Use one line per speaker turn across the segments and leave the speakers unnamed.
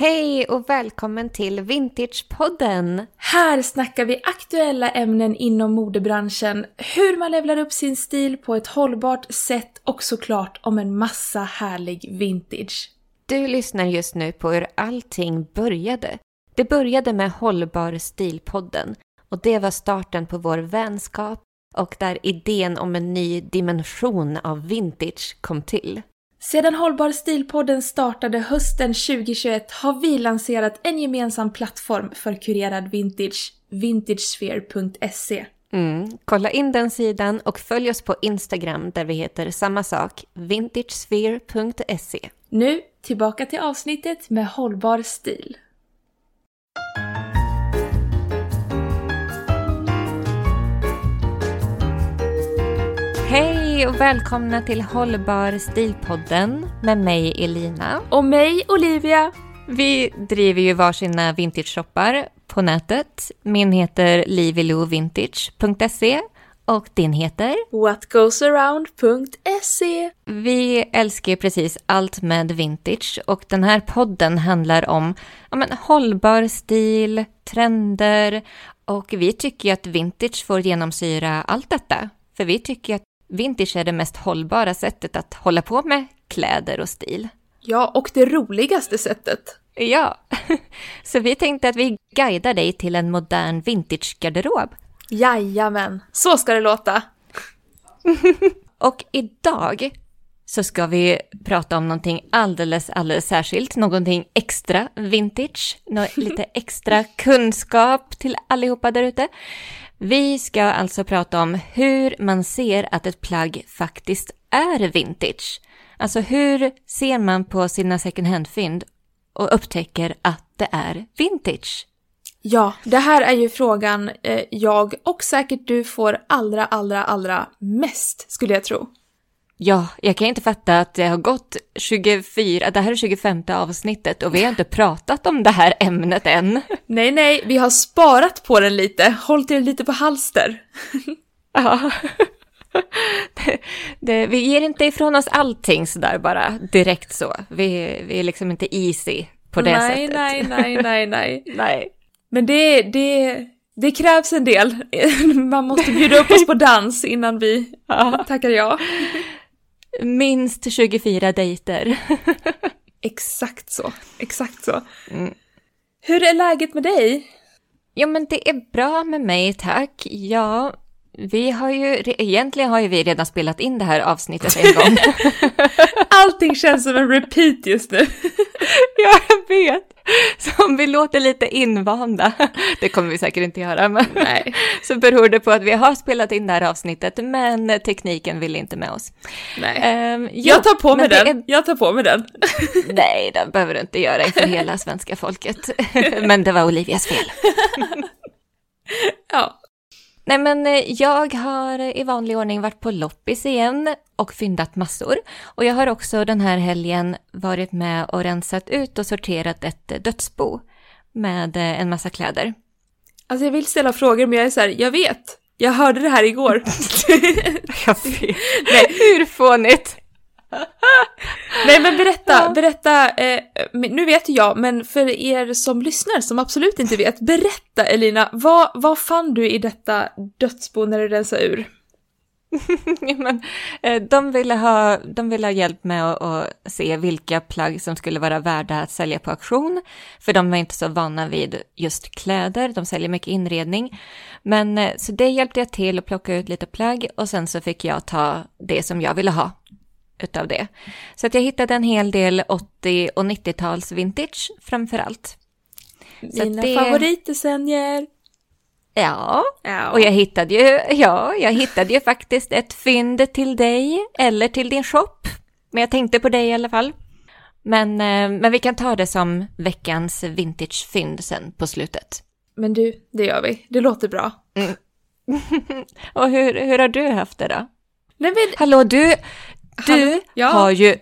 Hej och välkommen till Vintagepodden!
Här snackar vi aktuella ämnen inom modebranschen, hur man levlar upp sin stil på ett hållbart sätt och såklart om en massa härlig vintage.
Du lyssnar just nu på hur allting började. Det började med Hållbar stilpodden och det var starten på vår vänskap och där idén om en ny dimension av vintage kom till.
Sedan Hållbar stilpodden startade hösten 2021 har vi lanserat en gemensam plattform för kurerad vintage, vintagesphere.se.
Kolla in den sidan och följ oss på Instagram där vi heter samma sak, vintagesphere.se.
Nu tillbaka till avsnittet med hållbar stil.
Hej och välkomna till Hållbar stilpodden med mig Elina.
Och mig Olivia.
Vi driver ju varsina vintage-shoppar på nätet. Min heter livilovintage.se och din heter?
whatgoesaround.se.
Vi älskar precis allt med vintage och den här podden handlar om hållbar stil, trender och vi tycker att vintage får genomsyra allt detta. För vi tycker att vintage är det mest hållbara sättet att hålla på med kläder och stil.
Ja, och det roligaste sättet.
Ja, så vi tänkte att vi guidar dig till en modern vintage-garderob.
Jajamän, så ska det låta.
Och idag så ska vi prata om någonting alldeles särskilt. Någonting extra vintage. Lite extra kunskap till allihopa där ute. Vi ska alltså prata om hur man ser att ett plagg faktiskt är vintage. Alltså hur ser man på sina second hand-fynd och upptäcker att det är vintage?
Ja, det här är ju frågan jag och säkert du får allra mest, skulle jag tro.
Ja, jag kan inte fatta att det har gått 24, det här är 25:e avsnittet och vi har inte pratat om det här ämnet än.
Nej, vi har sparat på den lite, hållit det lite på halster.
Ja, vi ger inte ifrån oss allting sådär bara direkt så. Vi är liksom inte easy på det sättet.
Nej. Men det krävs en del. Man måste bjuda upp oss på dans innan vi tackar ja.
Minst 24 dejter.
Exakt så. Hur är läget med dig?
Ja, men det är bra med mig, tack. Ja, egentligen har ju vi redan spelat in det här avsnittet en gång.
Allting känns som en repeat just nu.
Ja, jag vet. Så om vi låter lite invanda, det kommer vi säkert inte göra, men nej. Så beror det på att vi har spelat in det här avsnittet, men tekniken vill inte med oss.
Nej. Jag tar på mig den.
Nej, det behöver du inte göra inför hela svenska folket. Men det var Olivias fel.
Ja.
Nej, men jag har i vanlig ordning varit på loppis igen och fyndat massor. Och jag har också den här helgen varit med och rensat ut och sorterat ett dödsbo med en massa kläder.
Alltså jag vill ställa frågor, men jag är så här, jag vet. Jag hörde det här igår.
Jag vet. Nej, hur fånigt?
Nej, men berätta, nu vet jag, men för er som lyssnar som absolut inte vet, berätta Elina, vad fann du i detta dödsbo när du rensade ur?
Men, de ville ha hjälp med att se vilka plagg som skulle vara värda att sälja på auktion, för de var inte så vana vid just kläder, de säljer mycket inredning. Men så det hjälpte jag till att plocka ut lite plagg och sen så fick jag ta det som jag ville ha utav det. Så att jag hittade en hel del 80- och 90-tals vintage framförallt.
Dina favoritdecennier.
Ja, och jag hittade ju faktiskt ett fynd till dig eller till din shop. Men jag tänkte på dig i alla fall. Men vi kan ta det som veckans vintage-fynd sen på slutet.
Men du, det gör vi. Det låter bra.
Och hur har du haft det då?
Nej, men...
Hallå, du har ju...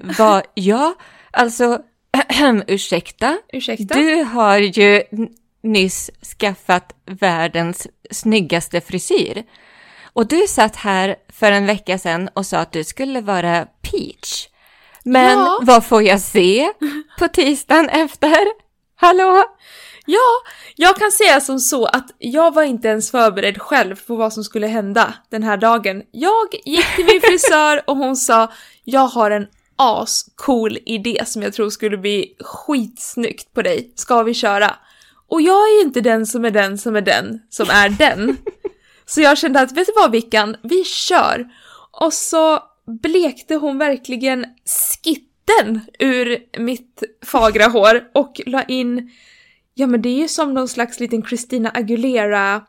ursäkta. Du har ju nyss skaffat världens snyggaste frisyr. Och du satt här för en vecka sedan och sa att du skulle vara Peach. Men vad får jag se på tisdagen efter? Hallå?
Ja, jag kan säga som så att jag var inte ens förberedd själv på vad som skulle hända den här dagen. Jag gick till min frisör och hon sa, jag har en ascool idé som jag tror skulle bli skitsnyggt på dig. Ska vi köra? Och jag är ju inte den som är den som är den som är den. Så jag kände att, vet du vad Vickan, vi kör. Och så blekte hon verkligen skitten ur mitt fagra hår och la in, ja men det är ju som någon slags liten Christina Aguilera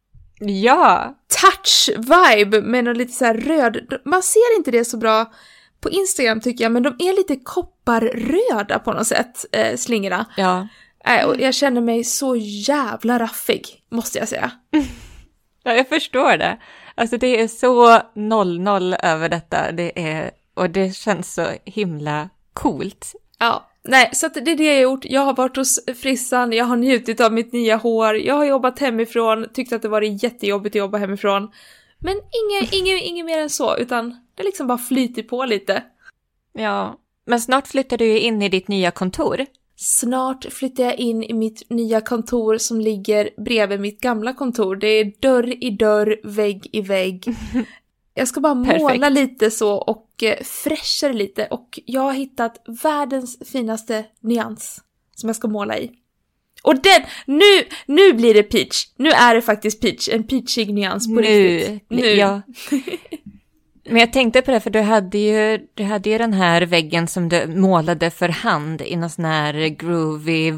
touch-vibe med någon lite så här röd, man ser inte det så bra på Instagram tycker jag, men de är lite kopparröda på något sätt, slingorna.
Ja.
Och jag känner mig så jävla raffig, måste jag säga.
Ja, jag förstår det. Alltså det är så 0-0 över detta. Och det känns så himla coolt.
Ja, nej, så att det är det jag har gjort. Jag har varit hos frissan, jag har njutit av mitt nya hår, jag har jobbat hemifrån, tyckt att det var jättejobbigt att jobba hemifrån. Men inget mer än så, utan det liksom bara flyter på lite.
Ja, men snart flyttar du in i ditt nya kontor.
Snart flyttar jag in i mitt nya kontor som ligger bredvid mitt gamla kontor. Det är dörr i dörr, vägg i vägg. Jag ska bara måla lite så och fräschare lite. Och jag har hittat världens finaste nyans som jag ska måla i. Och nu blir det peach. Nu är det faktiskt peach. En peachig nyans på riktigt. Nu.
Ja. Men jag tänkte på det, för du hade ju den här väggen som du målade för hand i någon sån här groovy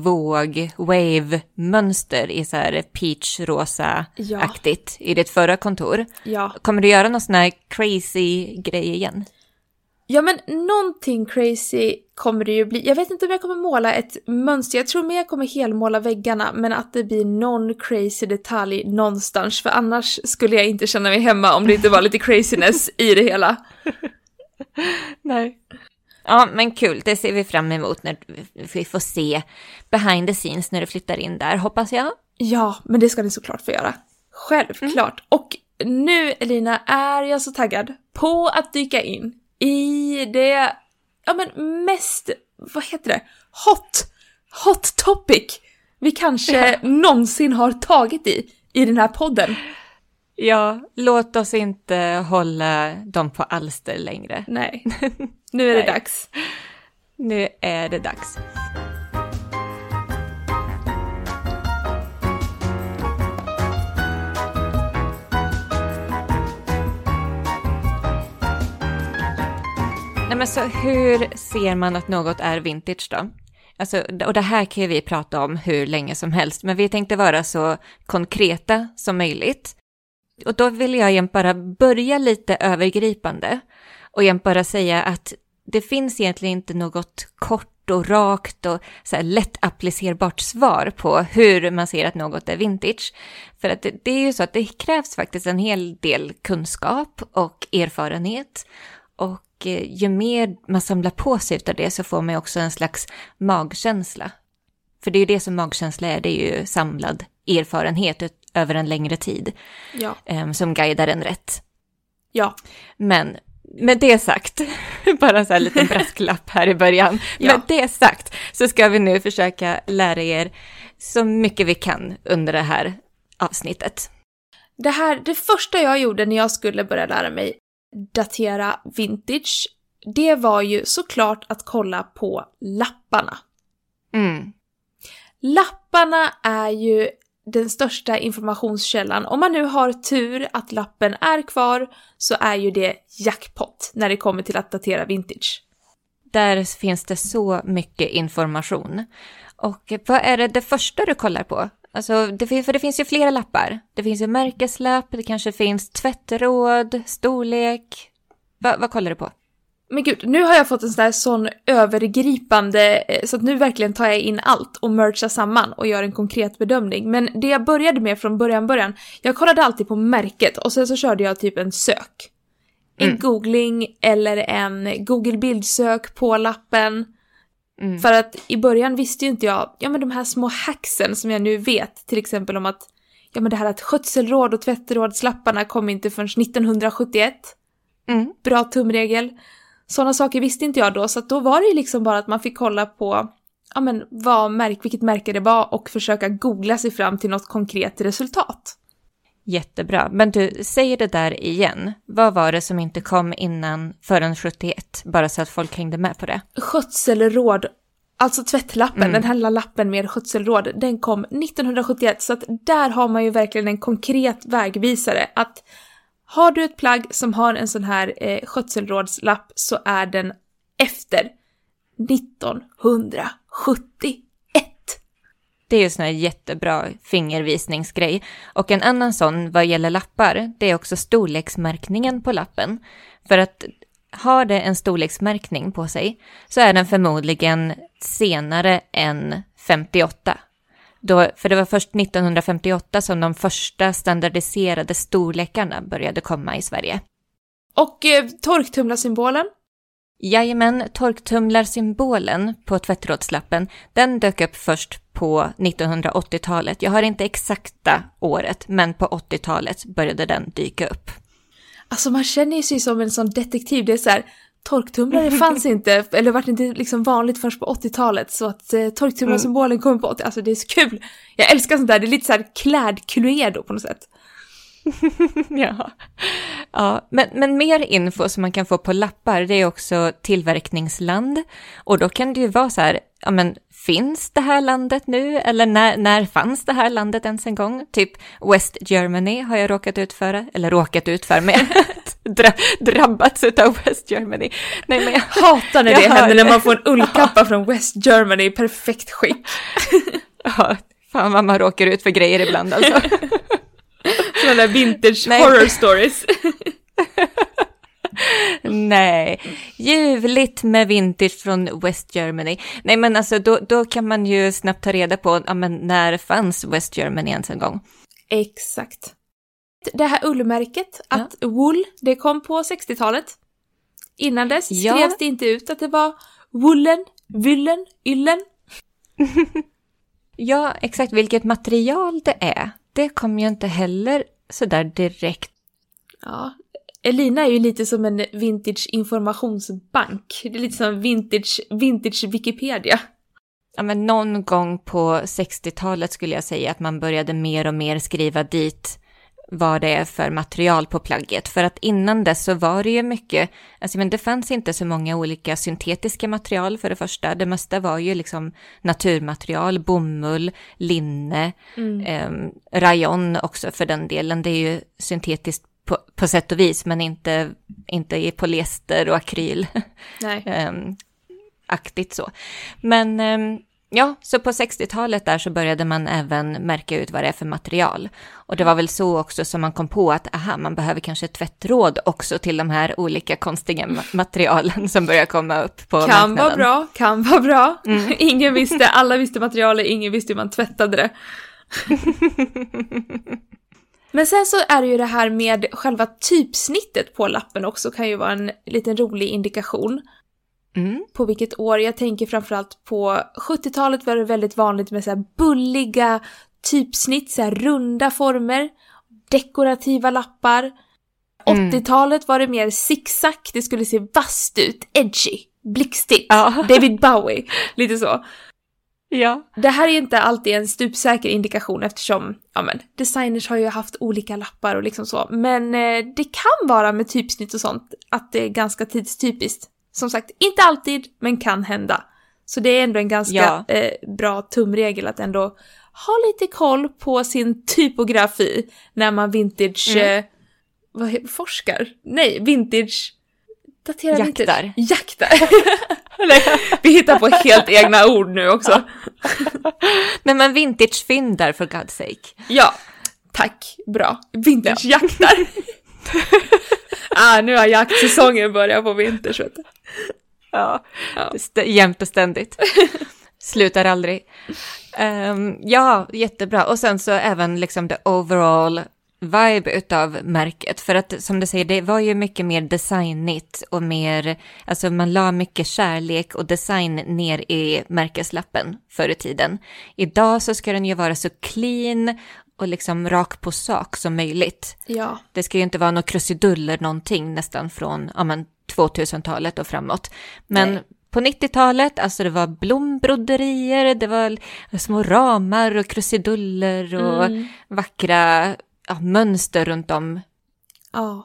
wave-mönster i så här peach-rosa-aktigt i ditt förra kontor.
Ja.
Kommer du göra någon sån här crazy grej igen?
Ja, men någonting crazy kommer det ju bli. Jag vet inte om jag kommer måla ett mönster. Jag tror mer jag kommer helmåla väggarna, men att det blir någon crazy detalj någonstans. För annars skulle jag inte känna mig hemma om det inte var lite craziness i det hela.
Nej. Ja, men kul. Det ser vi fram emot när vi får se behind the scenes när du flyttar in där, hoppas jag.
Ja, men det ska ni såklart få göra. Självklart. Och nu, Elina, är jag så taggad på att dyka in i det, ja men mest, vad heter det? Hot topic vi kanske någonsin har tagit i den här podden.
Ja, låt oss inte hålla dem på alster längre.
Nej, nu är det dags.
Nu är det dags. Nej, men så hur ser man att något är vintage då? Alltså, och det här kan ju vi prata om hur länge som helst, men vi tänkte vara så konkreta som möjligt. Och då vill jag igen bara börja lite övergripande och igen bara säga att det finns egentligen inte något kort och rakt och så här lätt applicerbart svar på hur man ser att något är vintage. För att det är ju så att det krävs faktiskt en hel del kunskap och erfarenhet. Och ju mer man samlar på sig av det så får man också en slags magkänsla. För det är ju det som magkänsla är, det är ju samlad erfarenhet över en längre tid.
Ja.
Som guidar en rätt.
Ja.
Men med det sagt, bara så här en liten brasklapp här i början. Ja. Med det sagt så ska vi nu försöka lära er så mycket vi kan under det här avsnittet.
Det första jag gjorde när jag skulle börja lära mig datera vintage, det var ju såklart att kolla på lapparna.
Mm.
Lapparna är ju den största informationskällan. Om man nu har tur att lappen är kvar så är ju det jackpot när det kommer till att datera vintage.
Där finns det så mycket information. Och vad är det första du kollar på? Alltså, för det finns ju flera lappar. Det finns ju märkeslapp, det kanske finns tvättråd, storlek. Vad kollar du på?
Men gud, nu har jag fått en sån övergripande, så att nu verkligen tar jag in allt och mergar samman och gör en konkret bedömning. Men det jag började med från början, jag kollade alltid på märket och sen så körde jag typ en sök. En googling eller en Google bildsök på lappen. Mm. För att i början visste ju inte jag, men de här små hacksen som jag nu vet, till exempel om att, men det här att skötselråd och tvättrådslapparna kom inte förrän 1971. Bra tumregel. Sådana saker visste inte jag då, så att då var det ju liksom bara att man fick kolla på vilket märke det var och försöka googla sig fram till något konkret resultat.
Jättebra. Men du, säger det där igen. Vad var det som inte kom innan förrän 71? Bara så att folk hängde med på det.
Skötselråd, alltså tvättlappen, den här lilla lappen med skötselråd, den kom 1971. Så att där har man ju verkligen en konkret vägvisare. Att har du ett plagg som har en sån här skötselrådslapp så är den efter 1971.
Det är ju sån här jättebra fingervisningsgrej. Och en annan sån vad gäller lappar, det är också storleksmärkningen på lappen. För att har det en storleksmärkning på sig så är den förmodligen senare än 58. För det var först 1958 som de första standardiserade storlekarna började komma i Sverige.
Och torktumlarsymbolen?
Jajamän, torktumlarsymbolen på tvättrådslappen, den dök upp först på 1980-talet. Jag har inte exakta året, men på 80-talet började den dyka upp.
Alltså man känner sig som en sån detektiv. Det är så här, torktumlare fanns inte, eller var inte liksom vanligt först på 80-talet. Så att torktumlarsymbolen kom på 80. Alltså det är så kul. Jag älskar sånt där. Det är lite så här klädkluedo på något sätt.
Ja, men mer info som man kan få på lappar, det är också tillverkningsland. Och då kan det ju vara så här, ja men finns det här landet nu? Eller när fanns det här landet ens en gång? Typ West Germany har jag råkat ut för med drabbats av West Germany. Nej, men jag
hatar när det händer när man får en ullkappa från West Germany i perfekt skick.
Ja, fan vad man råkar ut för grejer ibland alltså.
Sådana där vintage horror stories.
Nej, ljuvligt med vintage från West Germany. Nej men alltså då kan man ju snabbt ta reda på när fanns West Germany ens en gång.
Exakt. Det här ullmärket, att wool, det kom på 60-talet. Innan dess skrevs det inte ut att det var woolen, vyllen, yllen.
Ja, exakt vilket material det är. Det kom ju inte heller så där direkt.
Ja, Elina är ju lite som en vintage informationsbank. Det är lite som vintage Wikipedia.
Ja, men någon gång på 60-talet skulle jag säga att man började mer och mer skriva dit vad det är för material på plagget. För att innan dess så var det ju mycket, alltså men det fanns inte så många olika syntetiska material för det första. Det mesta var ju liksom naturmaterial, bomull, linne, rayon också för den delen. Det är ju syntetiskt på sätt och vis, men inte i polyester och akryl.
Nej.
Aktigt så. Men ja, så på 60-talet där så började man även märka ut vad det är för material. Och det var väl så också som man kom på att man behöver kanske ett tvättråd också till de här olika konstiga materialen som börjar komma upp på marknaden.
Kan vara bra. Alla visste materialet, ingen visste hur man tvättade det. Men sen så är det ju det här med själva typsnittet på lappen också, kan ju vara en liten rolig indikation. På vilket år. Jag tänker framförallt på 70-talet var det väldigt vanligt med så här bulliga typsnitt, så här runda former, dekorativa lappar. 80-talet var det mer zigzag, det skulle se vasst ut, edgy, blixtigt, David Bowie, lite så.
Ja.
Det här är inte alltid en stupsäker indikation eftersom designers har ju haft olika lappar och liksom så. Men det kan vara med typsnitt och sånt att det är ganska tidstypiskt. Som sagt, inte alltid, men kan hända. Så det är ändå en ganska bra tumregel att ändå ha lite koll på sin typografi när man vintage forskar. Nej, vintage daterar jaktar. Vi hittar på helt egna ord nu också.
Nej, men vintage fyndar för God's sake.
Ja, tack. Bra. Vintage jaktar. Nu har jaktsäsongen börjat på vinter, vet du.
Ja. Jämt och ständigt. Slutar aldrig. Ja, jättebra. Och sen så även liksom the overall vibe utav märket. För att som du säger, det var ju mycket mer designigt och mer, alltså man la mycket kärlek och design ner i märkeslappen förr i tiden. Idag så ska den ju vara så clean och liksom rak på sak som möjligt.
Ja.
Det ska ju inte vara några krusiduller någonting nästan från 2000-talet och framåt. Men på 90-talet, alltså det var blombroderier, det var små ramar och krusiduller och vackra mönster runt om.
Ja.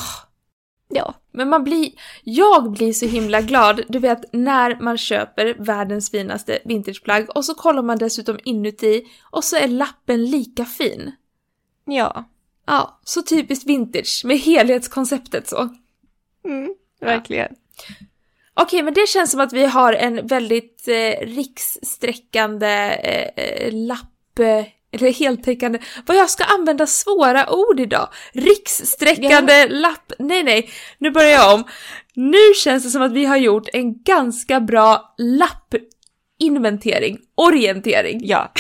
Ja.
Men jag blir så himla glad, du vet, när man köper världens finaste vintageplagg och så kollar man dessutom inuti och så är lappen lika fin.
Ja.
Ja, så typiskt vintage med helhetskonceptet så.
Verkligen.
Okej, men det känns som att vi har en väldigt rikssträckande lapp, eller heltäckande. Vad jag ska använda svåra ord idag. Rikssträckande lapp. Nej, nu börjar jag om. Nu känns det som att vi har gjort en ganska bra lappinventering. Orientering.
Ja.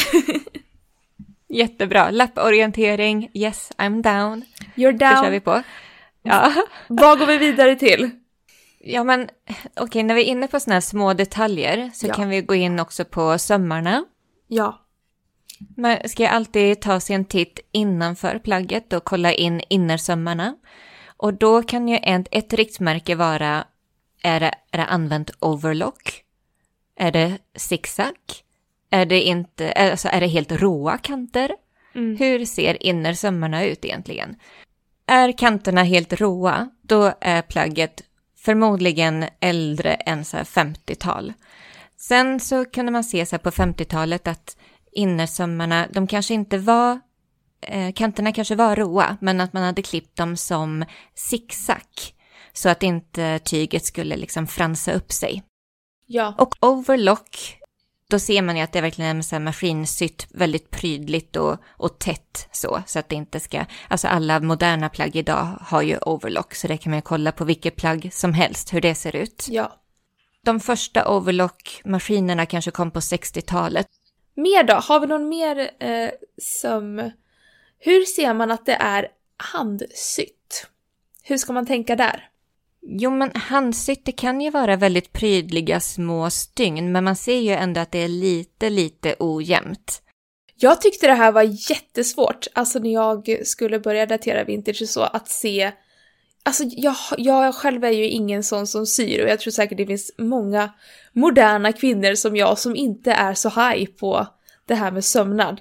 Jättebra. Lapporientering. Yes, I'm down.
You're down.
Det kör vi på. Ja.
Vad går vi vidare till?
Ja, men okej, när vi är inne på såna här små detaljer så kan vi gå in också på sömmarna.
Ja.
Man ska alltid ta sig en titt innanför plagget och kolla in innersömmarna. Och då kan ju ett riktmärke vara, är det använt overlock? Är det zigzag? Är det helt råa kanter? Hur ser innersömmarna ut egentligen? Är kanterna helt råa, då är plagget förmodligen äldre än så här 50-tal. Sen så kunde man se så här på 50-talet att innersömmarna, de kanske inte var, kanterna kanske var råa, men att man hade klippt dem som zigzag så att inte tyget skulle liksom fransa upp sig.
Ja.
Och overlock, då ser man ju att det verkligen är så här maskinsytt väldigt prydligt och tätt så att det inte ska, alltså alla moderna plagg idag har ju overlock, så det kan man ju kolla på vilket plagg som helst hur det ser ut.
Ja.
De första overlock-maskinerna kanske kom på 60-talet.
Mer då? Har vi någon mer söm? Hur ser man att det är handsytt? Hur ska man tänka där?
Jo, men handsytt, det kan ju vara väldigt prydliga små stygn, men man ser ju ändå att det är lite ojämnt.
Jag tyckte det här var jättesvårt, alltså när jag skulle börja datera vintage och så, att se. Alltså jag själv är ju ingen sån som syr, och jag tror säkert det finns många moderna kvinnor som jag som inte är så high på det här med sömnad.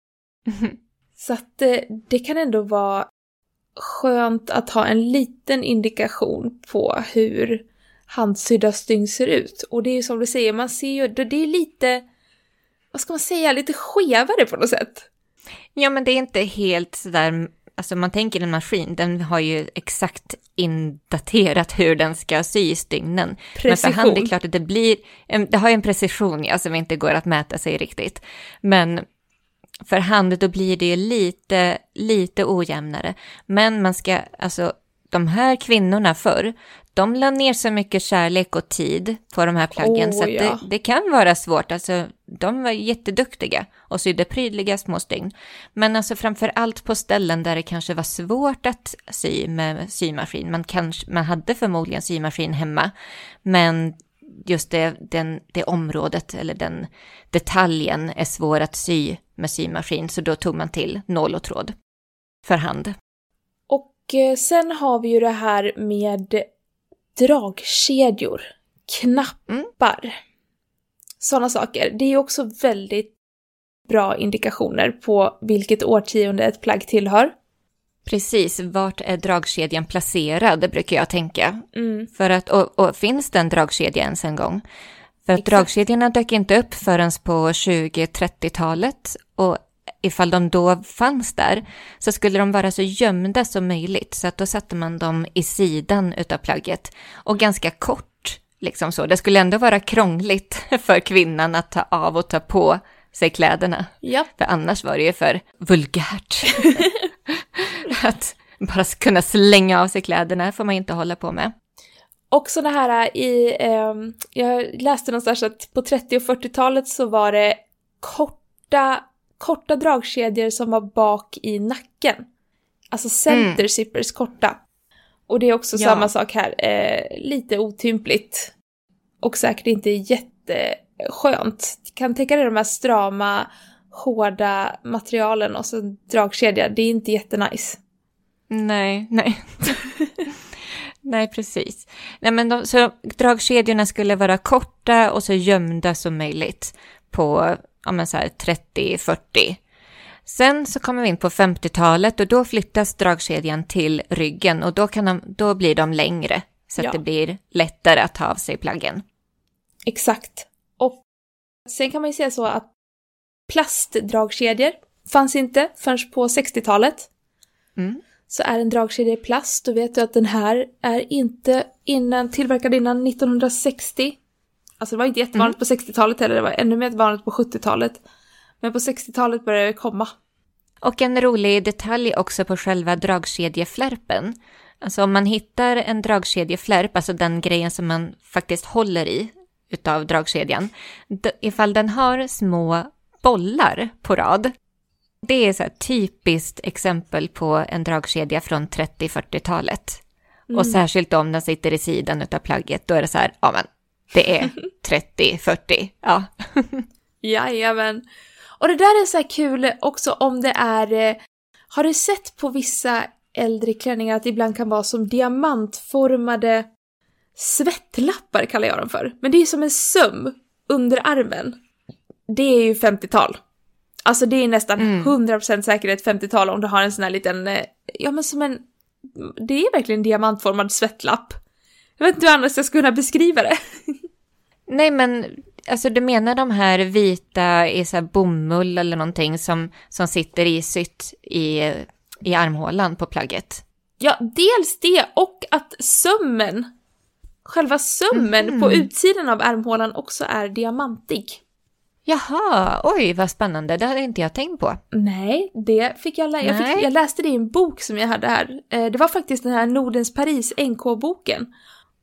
Så att det kan ändå vara skönt att ha en liten indikation på hur handsydda stygn ser ut. Och det är ju som du säger, man ser ju, det är lite, vad ska man säga, lite skevare på något sätt.
Ja, men det är inte helt sådär, alltså man tänker en maskin, den har ju exakt indaterat hur den ska sy i stygnen.
Precision.
Men för hand är det klart att det har ju en precision, ja, som inte går att mäta sig riktigt. Men för hand då blir det ju lite ojämnare. Men man ska, alltså de här kvinnorna förr, de la ner så mycket kärlek och tid på de här plaggen så att det kan vara svårt. Alltså de var jätteduktiga och sydde prydliga små stygn. Men alltså framför allt på ställen där det kanske var svårt att sy med symaskin. Man hade förmodligen symaskin hemma, men just det området eller den detaljen är svår att sy med symaskin, så då tog man till nål och tråd för hand.
Och sen har vi ju det här med dragkedjor, knappar, sådana saker. Det är ju också väldigt bra indikationer på vilket årtionde ett plagg tillhör.
Precis, vart är dragkedjan placerad, brukar jag tänka. För att, och finns det en dragkedja ens en gång? För att dragkedjorna dök inte upp förrän på 20-30-talet, och ifall de då fanns där så skulle de vara så gömda som möjligt, så att då satte man dem i sidan utav plagget och ganska kort, liksom så. Det skulle ändå vara krångligt för kvinnan att ta av och ta på sig kläderna.
Ja.
För annars var det ju för vulgärt. Att bara kunna slänga av sig kläderna får man inte hålla på med.
Och såna här jag läste någonstans att på 30- och 40-talet så var det korta dragkedjor som var bak i nacken. Alltså center zippers korta. Och det är också samma sak här. Lite otympligt. Och säkert inte jätteskönt. Kan tänka dig de här strama, hårda materialen och så dragkedja. Det är inte jättenice.
Nej. Nej, precis. Nej, men så dragkedjorna skulle vara korta och så gömda som möjligt på så här 30-40. Sen så kommer vi in på 50-talet och då flyttas dragkedjan till ryggen och då blir de längre så att det blir lättare att ta av sig plaggen.
Exakt. Och sen kan man ju säga så att plastdragkedjor fanns inte förrän på 60-talet. Så är en dragkedja i plast, då vet du att den här är inte tillverkad innan 1960. Alltså det var inte jättevanligt på 60-talet heller, det var ännu mer vanligt på 70-talet. Men på 60-talet började det komma. Och
en rolig detalj också på själva dragkedjeflärpen. Alltså om man hittar en dragkedjeflärp, alltså den grejen som man faktiskt håller i utav dragkedjan. Ifall den har små bollar på rad. Det är så här typiskt exempel på en dragkedja från 30-40-talet. Och särskilt om den sitter i sidan utav plagget, då är det så här, det är 30-40. Ja.
Jajamän. Och det där är så här kul också om det är... Har du sett på vissa äldre klänningar att det ibland kan vara som diamantformade svettlappar kallar jag dem för. Men det är som en söm under armen. Det är ju 50-tal. Alltså det är nästan 100% säkerhet 50-tal om du har en sån här liten... Det är verkligen diamantformad svettlapp. Jag vet inte hur annars jag skulle kunna beskriva det.
Nej, men alltså du menar de här vita i så här bomull eller någonting som sitter i sytt i armhålan på plagget?
Ja, dels det och att själva sömmen på utsidan av armhålan också är diamantig.
Jaha, oj vad spännande, det hade inte jag tänkt på.
Nej, det fick jag jag läste det i en bok som jag hade här. Det var faktiskt den här Nordens Paris NK-boken.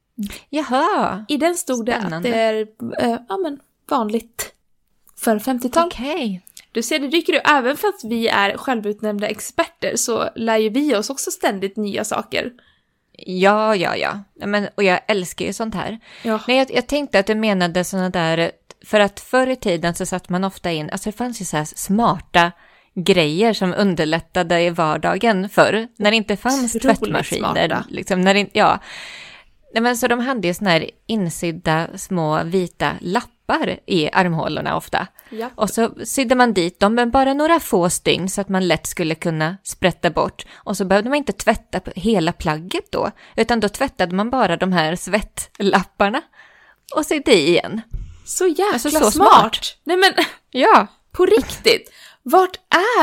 Jaha.
I den stod spännande. Det att det är vanligt för 50-tal.
Okej.
Du ser, det dyker ju även för att vi är självutnämnda experter så lär ju vi oss också ständigt nya saker.
Ja. Och jag älskar ju sånt här.
Ja.
Nej, jag tänkte att du menade såna där, för att förr i tiden så satt man ofta in, alltså det fanns ju så här smarta grejer som underlättade i vardagen förr, när det inte fanns tvättmaskiner. Liksom, Nej, men så de hade ju såna här insydda små vita lappar i armhålorna ofta.
Ja.
Och så sydde man dit dem med bara några få stygn så att man lätt skulle kunna sprätta bort. Och så behövde man inte tvätta hela plagget då, utan då tvättade man bara de här svettlapparna och sydde i igen.
Så jäkla så smart. Nej men,
ja.
På riktigt. Vart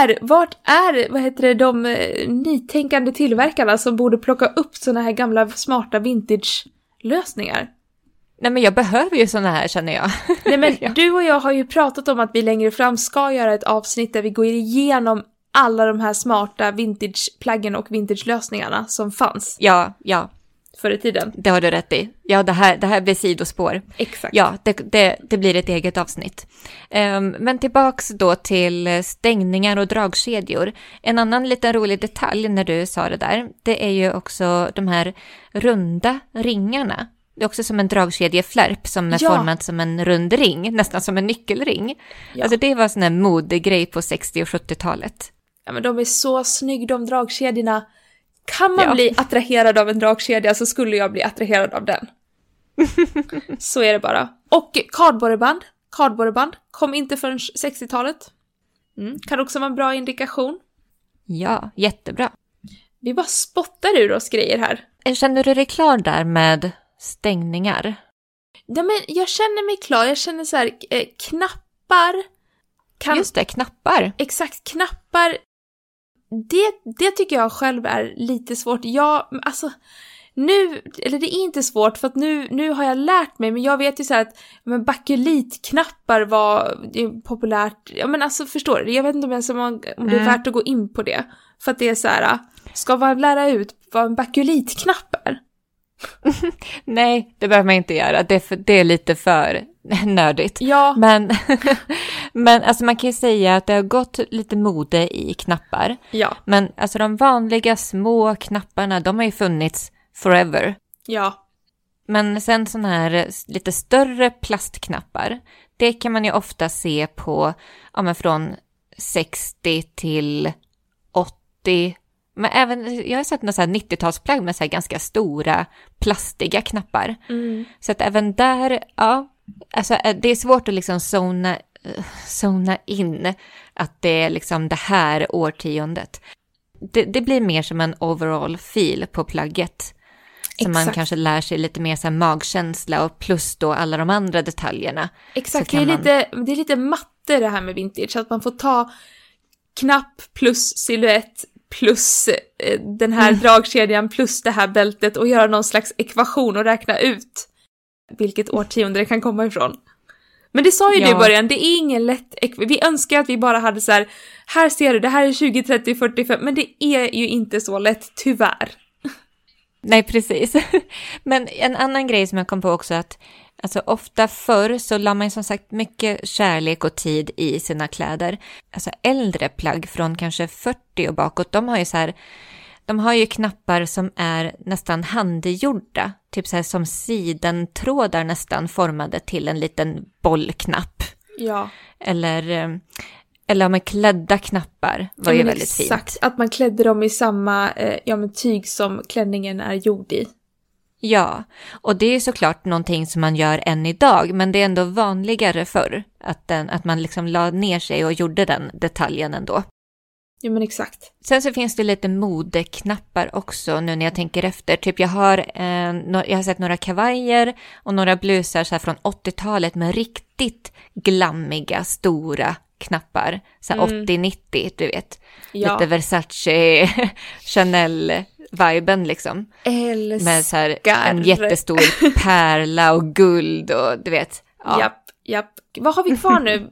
är de nytänkande tillverkarna som borde plocka upp såna här gamla smarta vintage-lösningar?
Nej men jag behöver ju såna här, känner jag.
Nej men ja. Du och jag har ju pratat om att vi längre fram ska göra ett avsnitt där vi går igenom alla de här smarta vintage-plaggen och vintage-lösningarna som fanns.
Ja.
Förr i tiden.
Det har du rätt i. Ja, det här blir sidospår.
Exakt.
Ja, det blir ett eget avsnitt. Men tillbaks då till stängningar och dragkedjor. En annan liten rolig detalj när du sa det där, det är ju också de här runda ringarna. Det är också som en dragkedjeflärp som är formad som en rund ring, nästan som en nyckelring. Ja. Alltså det var sån här modegrej på 60- och 70-talet.
Ja, men de är så snygg, de dragkedjorna. Kan man bli attraherad av en dragkedja så skulle jag bli attraherad av den. Så är det bara. Och kardborreband kom inte förrän 60-talet. Kan också vara en bra indikation.
Ja, jättebra.
Vi bara spottar ur oss grejer här.
Känner du dig klar där med stängningar?
Ja, men jag känner mig klar. Jag känner så här, knappar.
Just det, knappar.
Exakt, knappar. Det tycker jag själv är lite svårt. Det är inte svårt för att nu har jag lärt mig, men jag vet ju så här att bakelitknappar var populärt. Ja, men alltså förstår du? Jag vet inte om det är värt att gå in på det. För att det är så här, ska man lära ut vad en bakelitknapp är?
Nej, det behöver man inte göra. Det är lite för nördigt.
Ja.
Men alltså man kan ju säga att det har gått lite mode i knappar.
Ja.
Men alltså de vanliga små knapparna, de har ju funnits forever.
Ja.
Men sen såna här lite större plastknappar, det kan man ju ofta se på från 60 till 80, Men även, jag har sett några så här 90-talsplagg med så här ganska stora plastiga knappar. Så att även där, ja, alltså det är svårt att liksom zona in att det är liksom det här årtiondet. Det blir mer som en overall feel på plagget. Så man kanske lär sig lite mer så här magkänsla och plus då alla de andra detaljerna.
Exakt, det är lite matte det här med vintage. Att man får ta knapp plus silhuett plus den här dragkedjan plus det här bältet och göra någon slags ekvation och räkna ut vilket årtionde det kan komma ifrån. Men det sa ju du i början, det är ingen lätt vi önskar att vi bara hade så här ser du, det här är 20, 30, 45, men det är ju inte så lätt, tyvärr.
Nej, precis. Men en annan grej som jag kom på också att alltså ofta förr så la man som sagt mycket kärlek och tid i sina kläder. Alltså äldre plagg från kanske 40 och bakåt, de har ju knappar som är nästan handgjorda. Typ så här som sidentrådar nästan formade till en liten bollknapp.
Ja.
Eller med klädda knappar var ju väldigt fint.
Exakt, att man klädde dem i samma tyg som klänningen är gjord i.
Ja, och det är såklart någonting som man gör än idag, men det är ändå vanligare förr att man liksom la ner sig och gjorde den detaljen ändå.
Ja, men exakt.
Sen så finns det lite modeknappar också nu när jag tänker efter. Typ jag har sett några kavajer och några blusar så här från 80-talet med riktigt glammiga, stora knappar. Så här 80-90, du vet. Ja. Lite Versace, Chanel-viben liksom.
Älskar.
Med så här en jättestor pärla och guld och du vet. Ja.
Japp. Vad har vi kvar nu?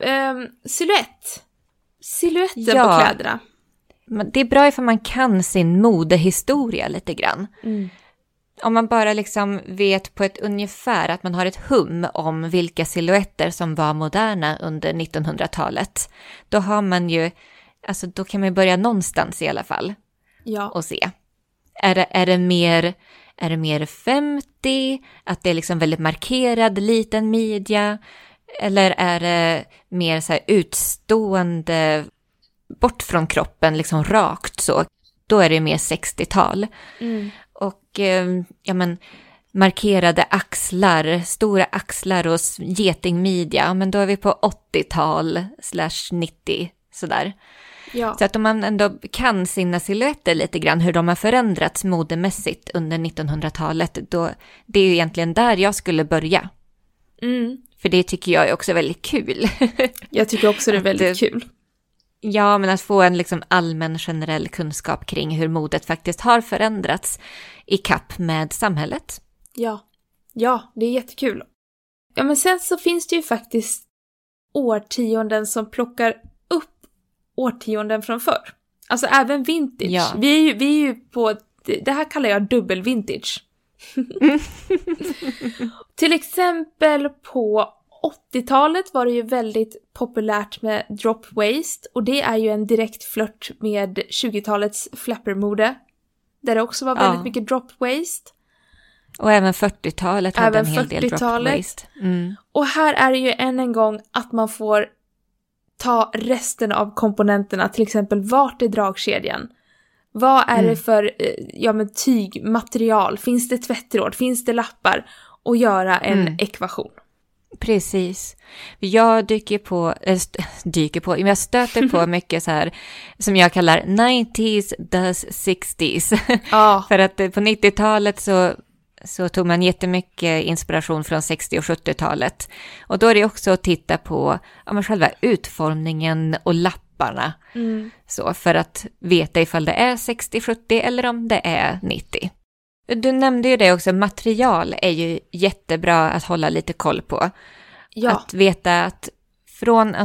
Silhuetten på kläderna.
Det är bra ifall man kan sin modehistoria lite grann. Om man bara liksom vet på ett ungefär att man har ett hum om vilka silhuetter som var moderna under 1900-talet. Då har man ju, alltså då kan man börja någonstans i alla fall. Ja. Och se. Är det mer 50? Att det är liksom väldigt markerad liten midja? Eller är det mer så här utstående bort från kroppen, liksom rakt så? Då är det mer 60-tal. Och markerade axlar, stora axlar och getingmidja. Men då är vi på 80-tal /90 sådär. Ja. Så att om man ändå kan sina silhuetter lite grann, hur de har förändrats modemässigt under 1900-talet, då det är ju egentligen där jag skulle börja. För det tycker jag är också väldigt kul.
Jag tycker också det är väldigt kul.
Ja, men att få en liksom allmän generell kunskap kring hur modet faktiskt har förändrats i kapp med samhället.
Ja, det är jättekul. Ja, men sen så finns det ju faktiskt årtionden som plockar upp årtionden från förr. Alltså även vintage. Ja. Vi är ju på, det här kallar jag dubbel vintage. Till exempel på 80-talet var det ju väldigt populärt med drop waist, och det är ju en direkt flört med 20-talets flappermode, där det också var väldigt mycket drop waist.
Och även 40-talet hade en hel del drop waist.
Och här är det ju än en gång att man får ta resten av komponenterna, till exempel vart är dragkedjan? Vad är det för tygmaterial? Finns det tvättråd? Finns det lappar? Och göra en ekvation.
Precis. Jag jag stöter på mycket så här som jag kallar 90s does 60s. För att på 90-talet så tog man jättemycket inspiration från 60- och 70-talet. Och då är det också att titta på själva utformningen och lapparna. Så för att veta ifall det är 60-70 eller om det är 90. Du nämnde ju det också, material är ju jättebra att hålla lite koll på. Ja. Att veta att från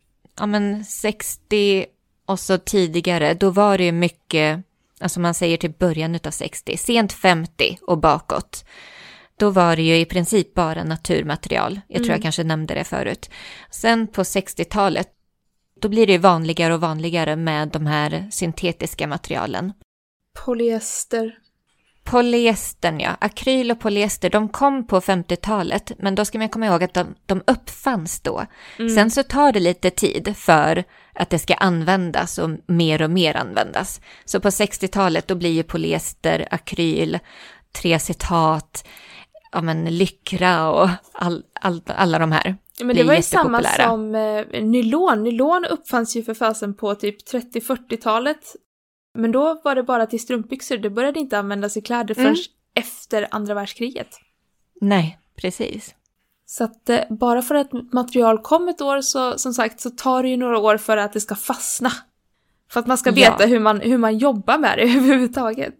60 och så tidigare, då var det ju mycket, alltså man säger till början av 60, sent 50 och bakåt. Då var det ju i princip bara naturmaterial. Jag tror jag kanske nämnde det förut. Sen på 60-talet, då blir det ju vanligare och vanligare med de här syntetiska materialen.
Polyester.
Polyestern, ja. Akryl och polyester, de kom på 50-talet. Men då ska man komma ihåg att de uppfanns då. Sen så tar det lite tid för att det ska användas och mer användas. Så på 60-talet då blir ju polyester, akryl, treacetat, lyckra och alla de här.
Men det var ju samma som nylon. Nylon uppfanns ju för fasen på typ 30-40-talet. Men då var det bara till strumpbyxor. Det började inte användas i kläder förrän efter andra världskriget.
Nej, precis.
Så att bara för att material kom ett år så som sagt så tar det ju några år för att det ska fastna. För att man ska veta hur man jobbar med det överhuvudtaget.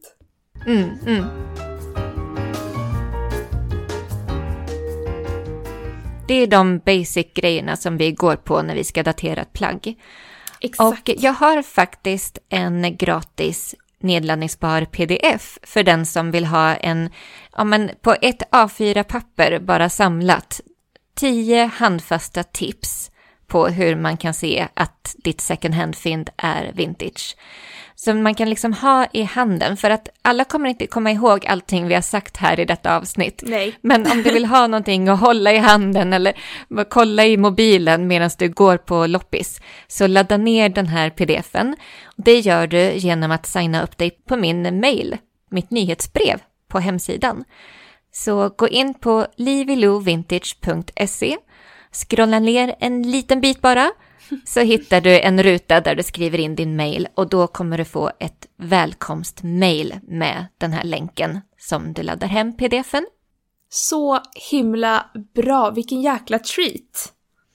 Det är de basic grejerna som vi går på när vi ska datera ett plagg.
Exakt.
Och jag har faktiskt en gratis nedladdningsbar pdf för den som vill ha på ett A4-papper bara samlat 10 handfasta tips på hur man kan se att ditt second hand-fynd är vintage. Som man kan liksom ha i handen, för att alla kommer inte komma ihåg allting vi har sagt här i detta avsnitt.
Nej.
Men om du vill ha någonting att hålla i handen eller kolla i mobilen medan du går på loppis, så ladda ner den här pdf-en. Det gör du genom att signa upp dig på min mail, mitt nyhetsbrev på hemsidan. Så gå in på livilovintage.se, scrolla ner en liten bit bara, så hittar du en ruta där du skriver in din mail och då kommer du få ett välkomstmail med den här länken som du laddar hem pdf-en.
Så himla bra, vilken jäkla treat.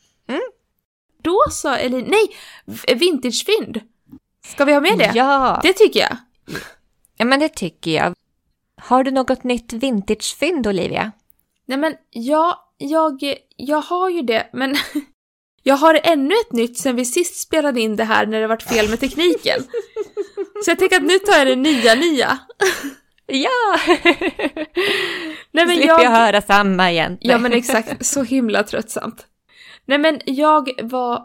Då så, eller nej, vintagefynd. Ska vi ha med det?
Ja.
Det tycker jag.
Ja, men det tycker jag. Har du något nytt vintagefynd, Olivia?
Nej men, jag har ju det, men jag har ännu ett nytt sen vi sist spelade in det här när det varit fel med tekniken. Så jag tänker att nu tar jag det nya.
Ja!
Nej, men
slipper jag höra samma igen.
Ja, men exakt. Så himla tröttsamt. Nej, men jag var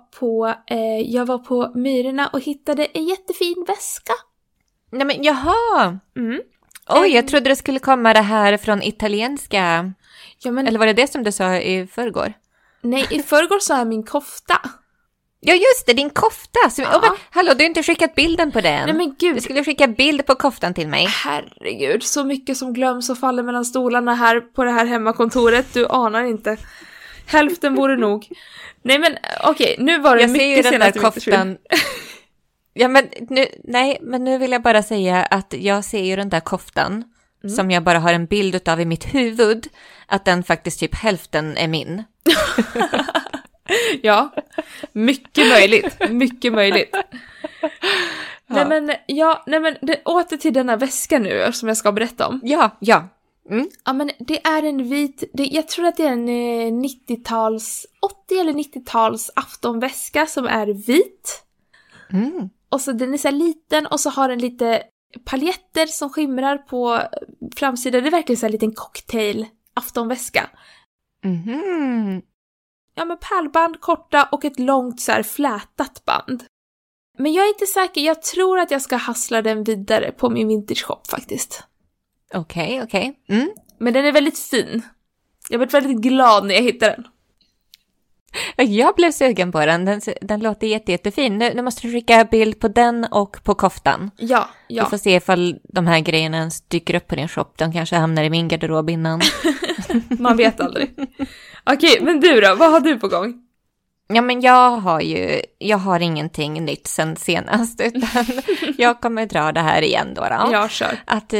på Myrorna och hittade en jättefin väska.
Nej, men jaha! Oj, jag trodde det skulle komma det här från italienska. Ja, men... Eller var det som du sa i förrgår?
Nej, i förrgår sa jag min kofta.
Ja, just det, din kofta. Hallå, du har inte skickat bilden på den.
Nej, men gud.
Du skulle skicka bild på koftan till mig.
Herregud, så mycket som glöms och faller mellan stolarna här på det här hemmakontoret. Du anar inte. Hälften vore nog. Nej, men okej, nu var det
jag
mycket
senaste koftan. Ja, men nu vill jag bara säga att jag ser ju den där koftan som jag bara har en bild av i mitt huvud, att den faktiskt typ hälften är min.
Ja, mycket möjligt. Ja. Nej men åter till denna väska nu som jag ska berätta om.
Ja. Ja,
men det är en vit, jag tror att det är en 90-tals, 80 eller 90-tals aftonväska som är vit. Och så den är så här liten och så har den lite paljetter som skimrar på framsidan. Det är verkligen så här en liten cocktail aftonväska. Ja, med pärlband, korta och ett långt så här flätat band. Men jag är inte säker, jag tror att jag ska hassla den vidare på min vintage shop faktiskt.
Okej.
Men den är väldigt fin. Jag blev väldigt glad när jag hittade den.
Jag blev sugen på den. Den låter jättefin. Nu måste du skicka bild på den och på koftan.
Ja.
Vi får se ifall de här grejerna ens dyker upp på din shop. De kanske hamnar i min garderob innan.
Man vet aldrig. Okej, men du då? Vad har du på gång?
Ja, men jag har ingenting nytt sen senast. Utan jag kommer dra det här igen då.
Ja, kör.
Att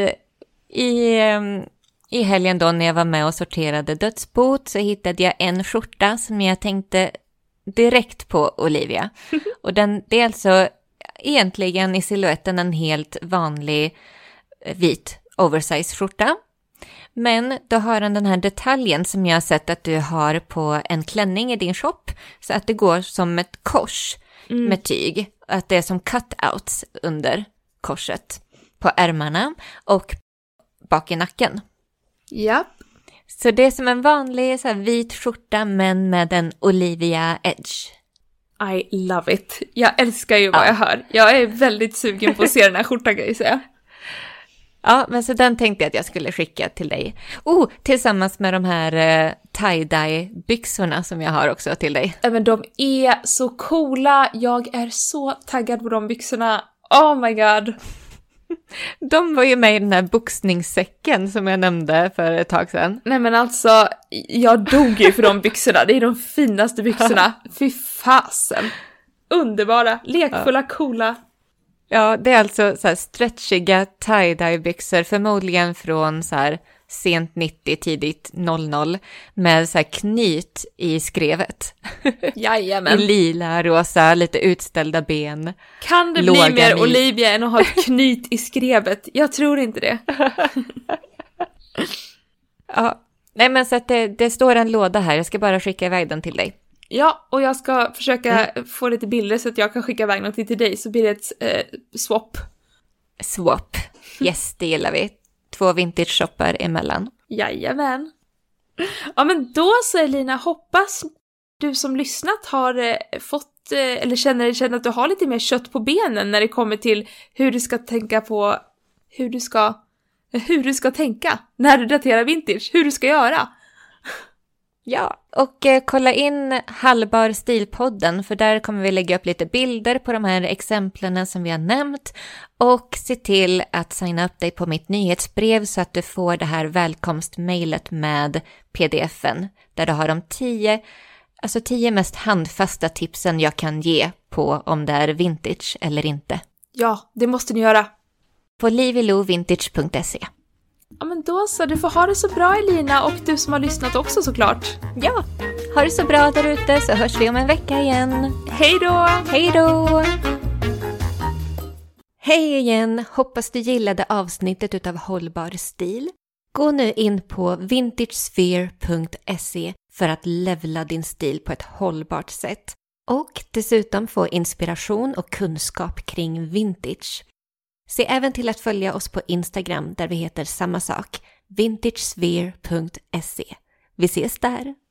i helgen då när jag var med och sorterade dödsbot så hittade jag en skjorta som jag tänkte direkt på Olivia. Och det är alltså egentligen i siluetten en helt vanlig vit oversize skjorta. Men då har den här detaljen som jag har sett att du har på en klänning i din shop. Så att det går som ett kors med tyg. Att det är som cutouts under korset på ärmarna och bak i nacken.
Japp.
Så det är som en vanlig så här, vit skjorta men med en Olivia edge.
I love it. Jag älskar ju vad jag hör. Jag är väldigt sugen på att se den här skjortan, kan jag säga.
Ja, men så den tänkte jag att jag skulle skicka till dig. Tillsammans med de här tie-dye-byxorna som jag har också till dig.
Men de är så coola. Jag är så taggad på de byxorna. Oh my god.
De var ju med i den här boxningssäcken som jag nämnde för ett tag sedan.
Nej men alltså, jag dog ju för de byxorna. Det är de finaste byxorna. Fy fasen. Underbara, lekfulla, coola.
Ja, det är alltså så här stretchiga tie-dye-byxor, förmodligen från så här sent 90, tidigt 00, med så här knyt i skrevet.
Jajamän.
I lila, rosa, lite utställda ben.
Kan det bli mer Olivia än att ha ett knyt i skrevet? Jag tror inte det.
Ja, nej men så att det står en låda här, jag ska bara skicka iväg den till dig.
Ja, och jag ska försöka få lite bilder så att jag kan skicka iväg något till dig, så blir det ett swap.
Swap, yes, det gillar vi. 2 vintage-shoppar emellan.
Jajamän. Ja, men då så Elina, hoppas du som lyssnat har fått, eller känner att du har lite mer kött på benen när det kommer till hur du ska tänka på, hur du ska tänka när du daterar vintage, hur du ska göra.
Ja, och kolla in Hallbar stilpodden, för där kommer vi lägga upp lite bilder på de här exemplen som vi har nämnt, och se till att signa upp dig på mitt nyhetsbrev så att du får det här välkomstmailet med pdf-en där du har de 10 mest handfasta tipsen jag kan ge på om det är vintage eller inte.
Ja, det måste ni göra.
På livilovintage.se.
Ja, men då så, du får ha det så bra Elina, och du som har lyssnat också såklart.
Ja, ha det så bra där ute, så hörs vi om en vecka igen.
Hej då!
Hej då! Hej igen, hoppas du gillade avsnittet utav Hållbar stil. Gå nu in på vintagesphere.se för att levla din stil på ett hållbart sätt. Och dessutom få inspiration och kunskap kring vintage. Se även till att följa oss på Instagram där vi heter samma sak, vintagesphere.se. Vi ses där!